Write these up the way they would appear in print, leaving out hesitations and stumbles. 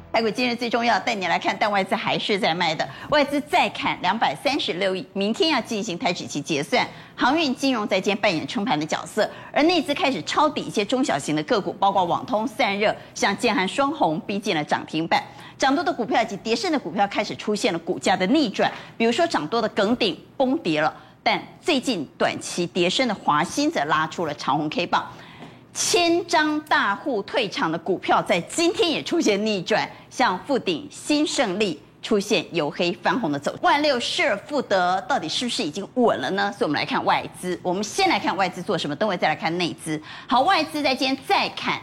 台股今日最重要，带你来看，但外资还是在卖的，外资再砍236亿，明天要进行台指期结算，航运、金融在今天扮演撑盘的角色，而内资开始抄底一些中小型的个股，包括网通、散热，像建汉、双红逼近了涨停板，涨多的股票以及跌升的股票开始出现了股价的逆转，比如说涨多的耿鼎崩跌了，但最近短期跌升的华兴则拉出了长红 K 棒。千张大户退场的股票在今天也出现逆转，像富鼎、新胜利出现由黑翻红的走势。万六、失而复得到底是不是已经稳了呢？所以我们来看外资，我们先来看外资做什么，等会再来看内资。好，外资在今天再砍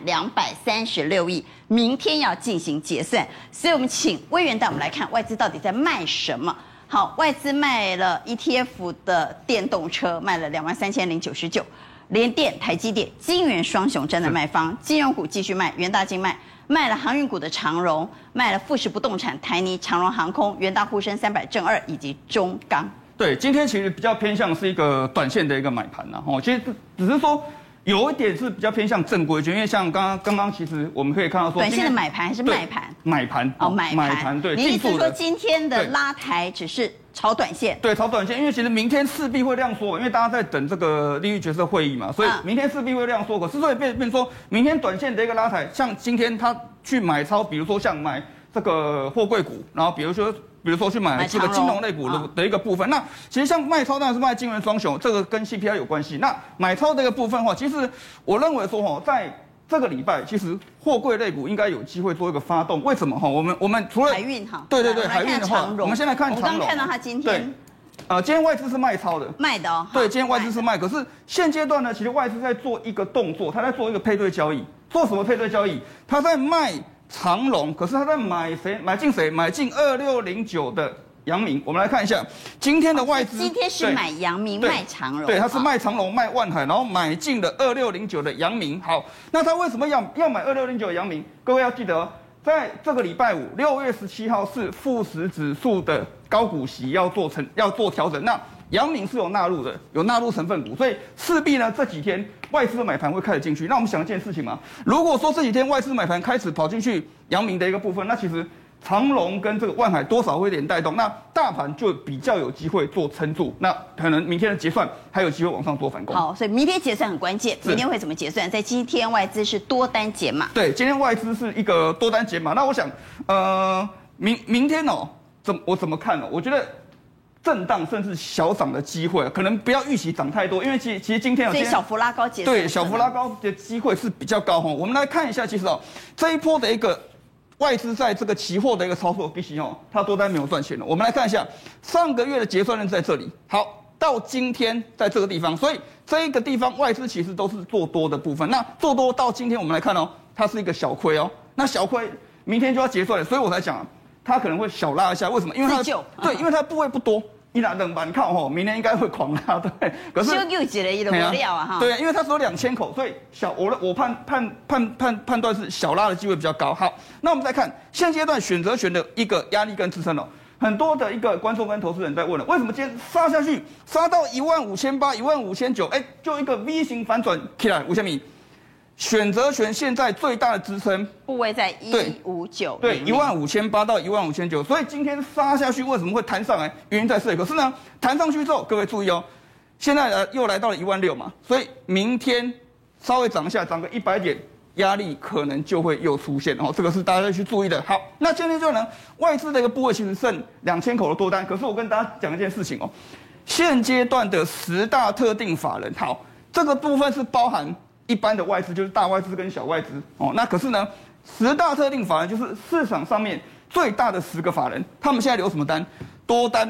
236亿，明天要进行结算，所以我们请威元带我们来看外资到底在卖什么。好，外资卖了 ETF 的电动车，卖了23099。联电、台积电、晶圆双雄站在卖方，金融股继续卖，元大金卖了航运股的长荣，卖了富时不动产、台泥、长荣航空、元大沪深300正2以及中钢。 对，今天其实比较偏向是一个短线的一个买盘呐，其实只是说有一点是比较偏向正规军，因为像刚刚其实我们可以看到说， 短线的买盘还是卖盘？买盘哦，买盘对。你意思说今天的拉抬只是炒短线？ 对，炒短线，因为其实明天势必会量缩，因为大家在等这个利率决策会议嘛，所以明天势必会量缩。可是所以变说，明天短线的一个拉抬，像今天他去买超，比如说像买这个货柜股，然后比如说去买这个金融类股的一个部分，那其实像卖超当然是卖金元双雄，这个跟 CPI 有关系。那买超的一个部分的话，其实我认为说在这个礼拜，其实货柜类股应该有机会做一个发动。为什么哈？我们除了海运哈， 对，海运的话，我们先来看长荣。 我刚看到它今天， 今天外资是卖超的， 卖的哦。 对，今天外资是卖，可是现阶段呢，其实外资在做一个动作，他在做一个配对交易。做什么配对交易？他在卖长荣，可是他在买谁？买进谁？买进2609的阳明。我们来看一下今天的外资， 今天是买阳明卖长荣， 对，他是卖长荣卖万海，然后买进了2609的阳明。好，那他为什么要买2609的阳明？各位要记得哦，在这个礼拜五，6月17号是富时指数的高股息要做调整，那阳明是有纳入的，有纳入成分股，所以势必呢这几天外资的买盘会开始进去。那我们想一件事情嘛，如果说这几天外资买盘开始跑进去阳明的一个部分，那其实长荣跟这个万海多少会有点带动，那大盘就比较有机会做撑住，那可能明天的结算还有机会往上做反攻。 好，所以明天结算很关键，明天会怎么结算？在今天外资是多单解码， 对，今天外资是一个多单解码。那我想，明天哦，我怎么看呢？我觉得震荡甚至小涨的机会，可能不要预期涨太多，因为其实今天有所以小幅拉高结算， 对，小幅拉高的机会是比较高哈。我们来看一下，其实这一波的一个外资在这个期货的一个操作，必须它多单没有赚钱了。我们来看一下上个月的结算日在这里，好，到今天在这个地方，所以这一个地方外资其实都是做多的部分。那做多到今天，我们来看它是一个小亏哦，那小亏明天就要结算了，所以我才讲它可能会小拉一下，为什么？因为因为它的部位不多。一拿冷板靠明年应该会狂拉，对。可是又挤了一个料啊哈。 对，因为它只有2000口，所以我判断是小拉的机会比较高。好，那我们再看现阶段选择权的一个压力跟支撑哦。很多的一个观众跟投资人在问了，为什么今天杀下去，杀到15800、15900，就一个 V 型反转起来5000米。选择权现在最大的支撑部位在159， 对，15800到15900，所以今天杀下去为什么会弹上来？原因在这里。可是呢，弹上去之后，各位注意哦，现在又来到了16000嘛，所以明天稍微涨一下，涨个100点，压力可能就会又出现哦，这个是大家要去注意的。好，那今天就呢，外资的一个部位其实剩2000口的多单，可是我跟大家讲一件事情哦，现阶段的10大特定法人，好，这个部分是包含一般的外资，就是大外资跟小外资哦。那可是呢，10大特定法人就是市场上面最大的10个法人，他们现在留什么单？多单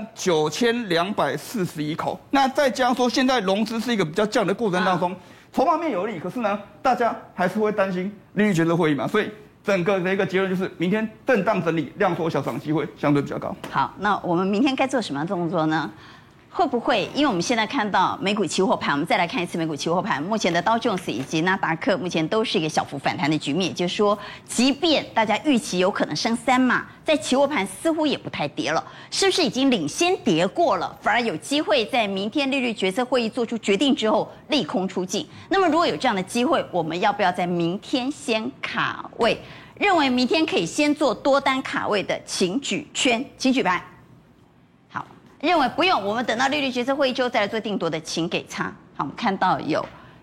9241口。那再加上说，现在融资是一个比较降的过程当中，筹码面有利，可是呢，大家还是会担心利率决策会议嘛，所以整个的一个结论就是，明天震荡整理，量缩小涨机会相对比较高。 好，那我们明天该做什么动作呢？会不会？因为我们现在看到美股期货盘，我们再来看一次美股期货盘。目前的道琼斯以及纳达克目前都是一个小幅反弹的局面，也就是说，即便大家预期有可能升3码，在期货盘似乎也不太跌了，是不是已经领先跌过了？反而有机会在明天利率决策会议做出决定之后利空出尽。那么如果有这样的机会，我们要不要在明天先卡位？ 认为明天可以先做多单卡位的，请举圈，请举牌。好，认为不用，我们等到利率决策会议之后再来做定夺的，请给叉。好，我们看到有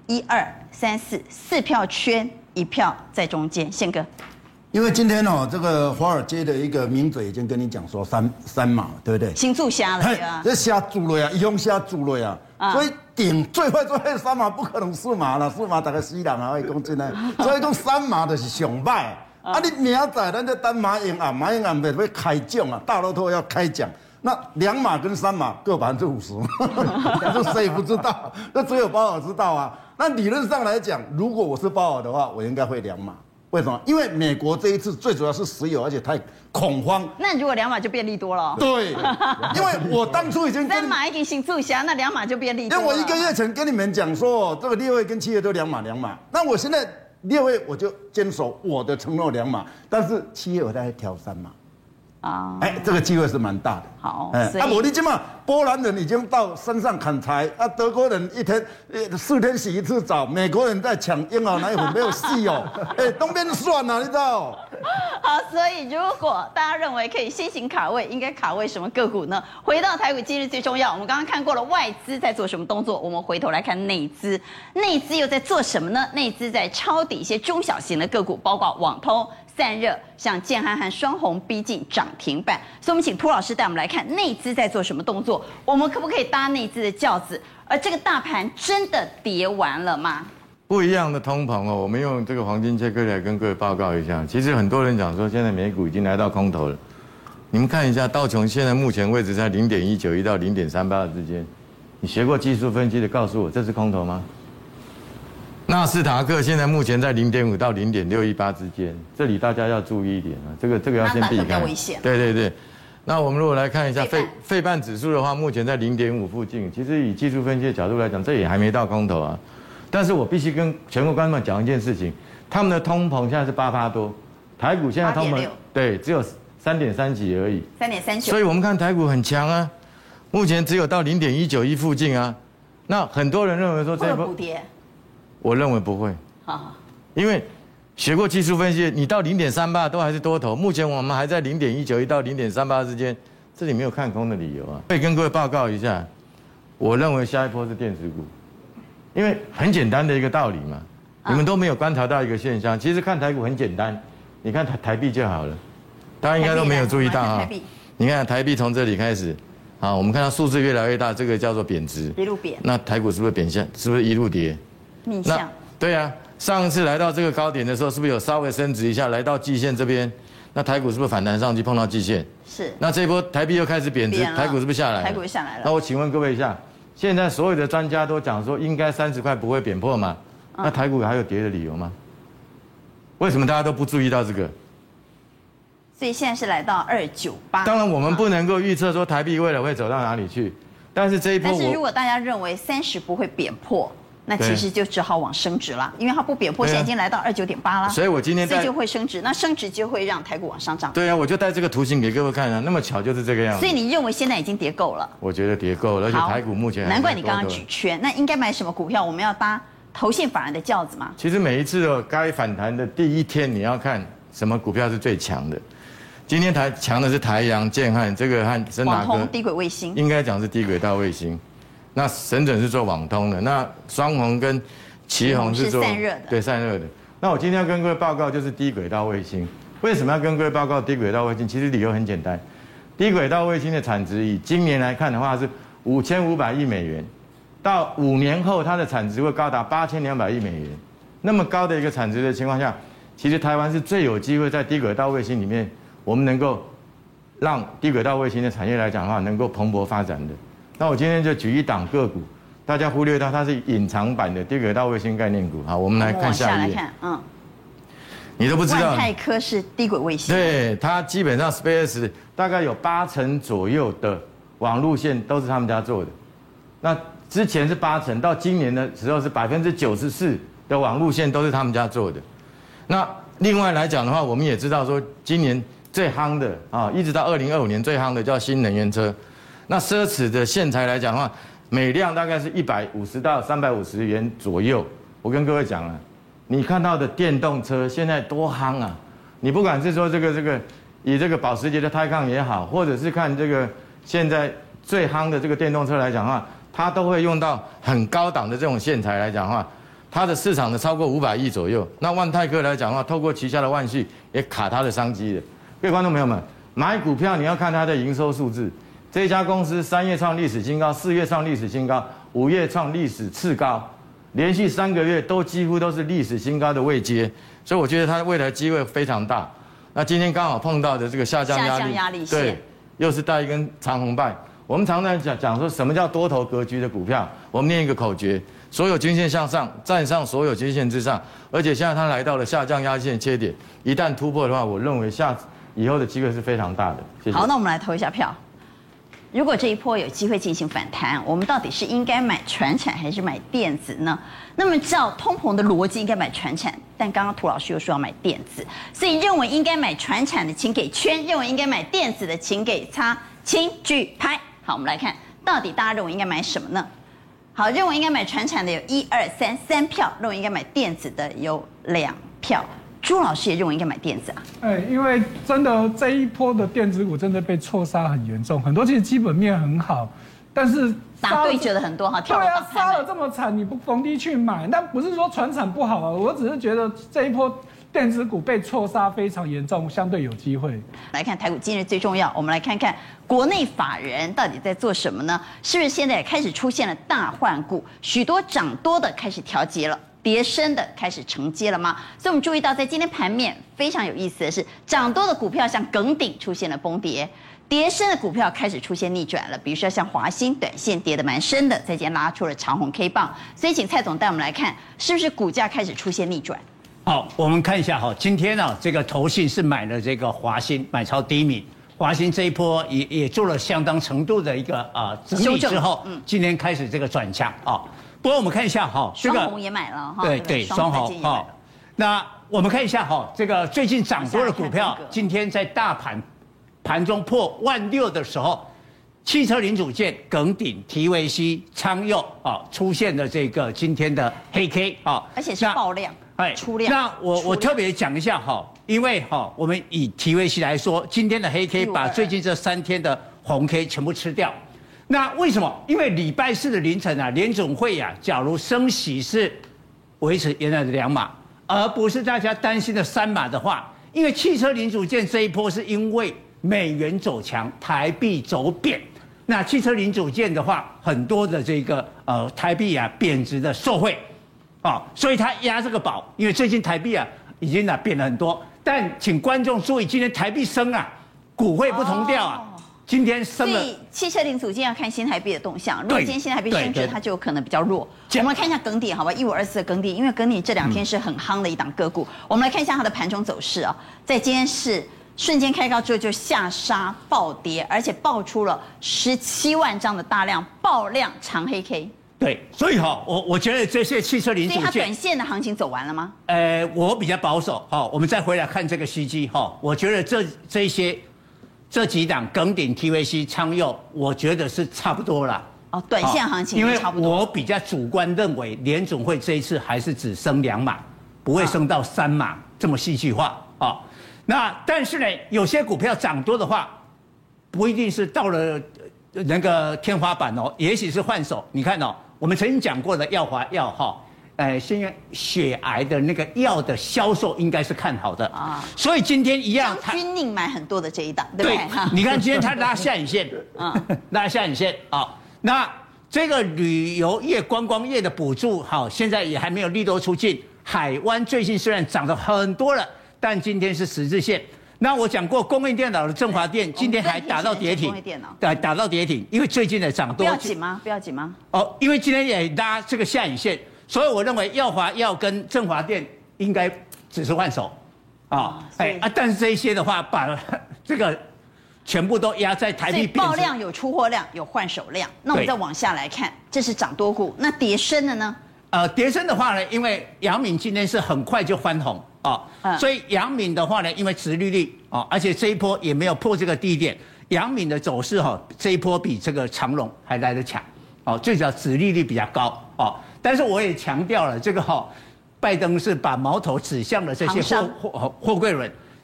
1、2、3、4票圈，1票在中间，宪哥。 因为今天这个华尔街的一个名嘴已经跟你讲说三码，对不对？ 新注虾了，对吧？ 这虾煮了呀，一用虾煮了呀，所以顶最坏3码不可能4码了，4码大概死人啊，会讲真的，所以讲3码就是上歹。啊，你明仔咱就等马英案要开奖啊，大乐透要开奖，那2码跟3码各50%，这谁不知道？那只有鲍尔知道啊。那理论上来讲，如果我是鲍尔的话，我应该会2码。为什么？因为美国这一次最主要是石油，而且太恐慌。 那如果2码就变利多了。 对，因为我当初已经 3码已经新注虾，那2码就变利多了。 因为我1个月前跟你们讲说，这个6月跟7月都2码。那我现在6月我就坚守我的承诺2码，但是7月我再调3码。啊，这个机会是蛮大的。 好， 我你今嘛，波兰人已经到山上砍柴，德国人1天4天洗1次澡，美国人在抢婴儿奶粉，没有戏哦。东边算了，你知道？ 好，所以如果大家认为可以先行卡位，应该卡位什么个股呢？回到台股今日最重要，我们刚刚看过了外资在做什么动作，我们回头来看内资，内资又在做什么呢？内资在抄底一些中小型的个股，包括网通、散热，像建汉和双虹逼近涨停板，所以我们请涂老师带我们来看内资在做什么动作，我们可不可以搭内资的轿子？而这个大盘真的跌完了吗？ 不一样的通膨哦，我们用这个黄金切割来跟各位报告一下。其实很多人讲说，现在美股已经来到空头了。你们看一下道琼现在目前位置在0.191到0.38之间。你学过技术分析的，告诉我这是空头吗？纳斯达克现在目前在0.5到0.618之间，这里大家要注意一点啊，这个要先避开。 危险。 对。那我们如果来看一下费半指数的话，目前在0.5附近。其实以技术分析的角度来讲，这也还没到空头啊。但是我必须跟全国观众们讲一件事情，他们的通膨现在是8%多，台股现在通膨对只有3.3几而已 ，3.39。 所以我们看台股很强啊，目前只有到0.191附近啊。那很多人认为说这一波补跌， 我认为不会，因为学过技术分析，你到0.38都还是多头，目前我们还在0.191到0.38之间，这里没有看空的理由啊。可以跟各位报告一下，我认为下一波是电子股。因为很简单的一个道理嘛，你们都没有观察到一个现象。其实看台股很简单，你看台币就好了，大家应该都没有注意到啊。你看台币从这里开始，我们看到数字越来越大，这个叫做贬值， 一路贬。 那台股是不是贬向？是不是一路跌？ 逆向。 对啊，上次来到这个高点的时候，是不是有稍微升值一下，来到季线这边？那台股是不是反弹上去碰到季线？ 是。 那这一波台币又开始贬值，台股是不是下来了？ 台股下来了。 那我请问各位一下。现在所有的专家都讲说，应该30块不会贬破嘛？那台股还有跌的理由吗？为什么大家都不注意到这个？ 所以现在是来到298。 当然，我们不能够预测说台币未来会走到哪里去，但是这一波， 但是如果大家认为30不会贬破，那其实就只好往升值了，因为它不贬破，现在已经来到29.8了。 所以我今天所以就会升值，那升值就会让台股往上涨。 对啊，我就带这个图形给各位看啊，那么巧就是这个样子。 所以你认为现在已经跌够了？ 我觉得跌够了，而且台股目前难怪你刚刚举圈，那应该买什么股票？我们要搭投信法人的轿子吗？ 其实每一次该反弹的第一天，你要看什么股票是最强的。今天强的是台阳、建汉，这个和深达科低轨卫星， 应该讲是低轨道卫星。那神准是做网通的，那双虹跟奇宏是做散热的， 对散热的。那我今天要跟各位报告就是低轨道卫星。为什么要跟各位报告低轨道卫星？其实理由很简单，低轨道卫星的产值以今年来看的话是5500亿美元，到5年后它的产值会高达8200亿美元。那么高的一个产值的情况下，其实台湾是最有机会在低轨道卫星里面，我们能够让低轨道卫星的产业来讲的话，能够蓬勃发展的。那我今天就举一档个股。大家忽略到它是隐藏版的低轨道卫星概念股。好，我们来看下一页。你都不知道。 万泰科是低轨卫星。 对，它基本上 Space 大概有80%左右的网路线都是他们家做的。那之前是80%，到今年的时候是94%的网路线都是他们家做的。那另外来讲的话，我们也知道说，今年最夯的一直到2025年最夯的叫新能源车。那奢侈的线材来讲的话，每辆大概是150到350元左右。我跟各位讲啊，你看到的电动车现在多夯啊！ 你不管是说以这个保时捷的Taycan也好，或者是看这个现在最夯的这个电动车来讲的话，它都会用到很高档的这种线材来讲的话，它的市场的超过500亿左右。那万泰科来讲的话，透过旗下的万旭也卡它的商机的。各位观众朋友们，买股票你要看它的营收数字。这家公司3月创历史新高，4月创历史新高，5月创历史次高，连续3个月都几乎都是历史新高的位阶，所以我觉得它未来机会非常大。那今天刚好碰到的这个下降压力线，对，又是带一根长红棒。我们常常讲说什么叫多头格局的股票，我们念一个口诀：所有均线向上，站上所有均线之上。而且现在它来到了下降压力线切点，一旦突破的话，我认为以后的机会是非常大的。谢谢。 好，那我们来投一下票。如果这一波有机会进行反弹，我们到底是应该买传产还是买电子呢？那么照通膨的逻辑，应该买传产，但刚刚涂老师又说要买电子，所以认为应该买传产的请给圈，认为应该买电子的请给叉，请举牌。好，我们来看到底大家认为应该买什么呢？好，认为应该买传产的有1、2、3票，认为应该买电子的有2票。朱老师也认为应该买电子啊？ 因为真的这一波的电子股真的被错杀很严重，很多其实基本面很好，但是打对折的很多哈，跳对啊，杀了这么惨，你不逢低去买，但不是说传产不好啊，我只是觉得这一波电子股被错杀非常严重，相对有机会。 来看台股今日最重要，我们来看看国内法人到底在做什么呢？是不是现在也开始出现了大换股，许多涨多的开始调节了？跌深的开始承接了吗？所以我们注意到，在今天盘面非常有意思的是，涨多的股票像耿鼎出现了崩跌，跌深的股票开始出现逆转了。比如说像华兴，短线跌得蛮深的，在今天拉出了长红 K 棒。所以请蔡总带我们来看，是不是股价开始出现逆转？ 好，我们看一下哈，今天这个投信是买了这个华兴，买超低迷。华兴这一波也做了相当程度的一个整理之后，今天开始这个转强啊。不过我们看一下哈， 双红也买了哈， 对，双红哈。那我们看一下哈，这个最近涨多的股票，今天在大盘中破16000的时候，汽车零组件、耿鼎、TVC、昌佑出现了这个今天的黑 K 而且是爆量，出量。 那我特别讲一下哈，因为我们以 TVC 来说，今天的黑 K 把最近这3天的红 K 全部吃掉。那为什么？因为礼拜4的凌晨联总会假如升息是维持原来的2码，而不是大家担心的3码的话，因为汽车零组件这一波是因为美元走强，台币走贬，那汽车零组件的话，很多的这个台币贬值的受惠，所以它压这个宝，因为最近台币已经贬了很多，但请观众注意，今天台币升股汇不同调今天升了， 所以汽车零组件要看新台币的动向。如果今天新台币升值，它就有可能比较弱。我们来看一下耿鼎，好吧，1524的耿鼎，因为耿鼎这2天是很夯的一档个股。我们来看一下它的盘中走势在今天是瞬间开高之后就下杀暴跌，而且爆出了17万张的大量爆量长黑 K。 对，所以我觉得这些汽车零组件， 所以它短线的行情走完了吗？ 我比较保守我们再回来看这个时机我觉得这几档耿鼎、TVC、昌佑，我觉得是差不多了。 短线行情也差不多。 因为我比较主观认为，联总会这一次还是只升2码，不会升到3码这么戏剧化那但是呢，有些股票涨多的话，不一定是到了那个天花板也许是换手。你看我们曾经讲过的耀华药现在血癌的那个药的销售应该是看好的所以今天一样， 军令买很多的这一档，对不对？ 你看今天它拉下影线，拉下影线那这个旅游业、观光业的补助现在也还没有利多出尽。海湾最近虽然涨得很多了，但今天是十字线。那我讲过，工业电脑的振华电今天还打到跌停，打到跌停，因为最近的涨多。 不要紧吗？不要紧吗？ 因为今天也拉这个下影线。所以我认为耀华药跟振华电应该只是换手但是这一些的话，把这个全部都压在台币贬值。 爆量有出货量，有换手量。那我们再往下来看，这是涨多股。那跌深的呢？ 跌深的话呢，因为阳明今天是很快就翻红所以阳明的话呢，因为殖利率而且这一波也没有破这个低点，阳明的走势这一波比这个长荣还来得强最主要殖利率比较高但是我也强调了，这个拜登是把矛头指向了这些货柜轮，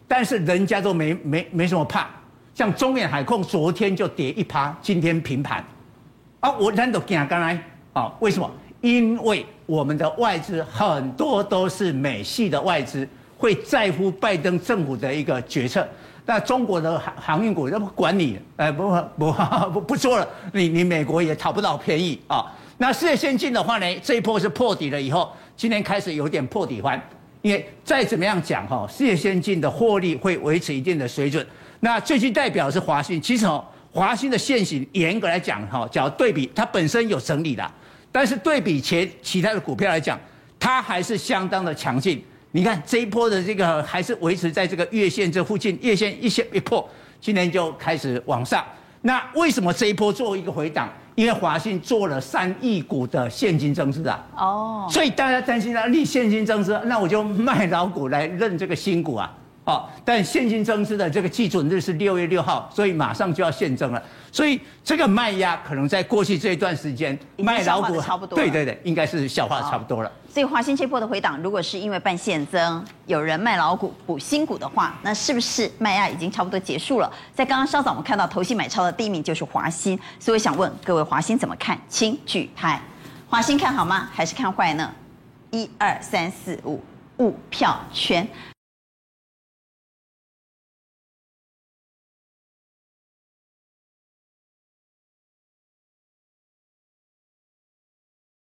但是人家都没什么怕。像中远海控昨天就跌1%，今天平盘。啊，咱都惊刚来啊？为什么？因为我们的外资很多都是美系的外资，会在乎拜登政府的一个决策。那中国的航运股都不管你，不说了，你美国也讨不到便宜啊。那世界先进的话呢，这一波是破底了以后，今天开始有点破底翻，因为再怎么样讲哈，世界先进的获利会维持一定的水准。那最具代表是华信，其实华信的现行严格来讲哈，只要对比它本身有整理的，但是对比其他的股票来讲，它还是相当的强劲。你看这一波的这个还是维持在这个月线这附近，月线一破，今天就开始往上。那为什么这一波做一个回档？因为华信做了3亿股的现金增资啊，哦，所以大家担心你现金增资，那我就卖老股来认这个新股啊。哦，但现金增资的这个基准日是6月6号，所以马上就要现增了。所以这个卖压可能在过去这一段时间卖老股差不多， 对，应该是消化的差不多了。 所以华信这波的回档，如果是因为办现增，有人卖老股补新股的话，那是不是卖压已经差不多结束了？在刚刚稍早我们看到投信买超的第一名就是华信，所以我想问各位，华信怎么看？请举牌。华信看好吗？还是看坏呢？1、2、3、4、5，5票圈。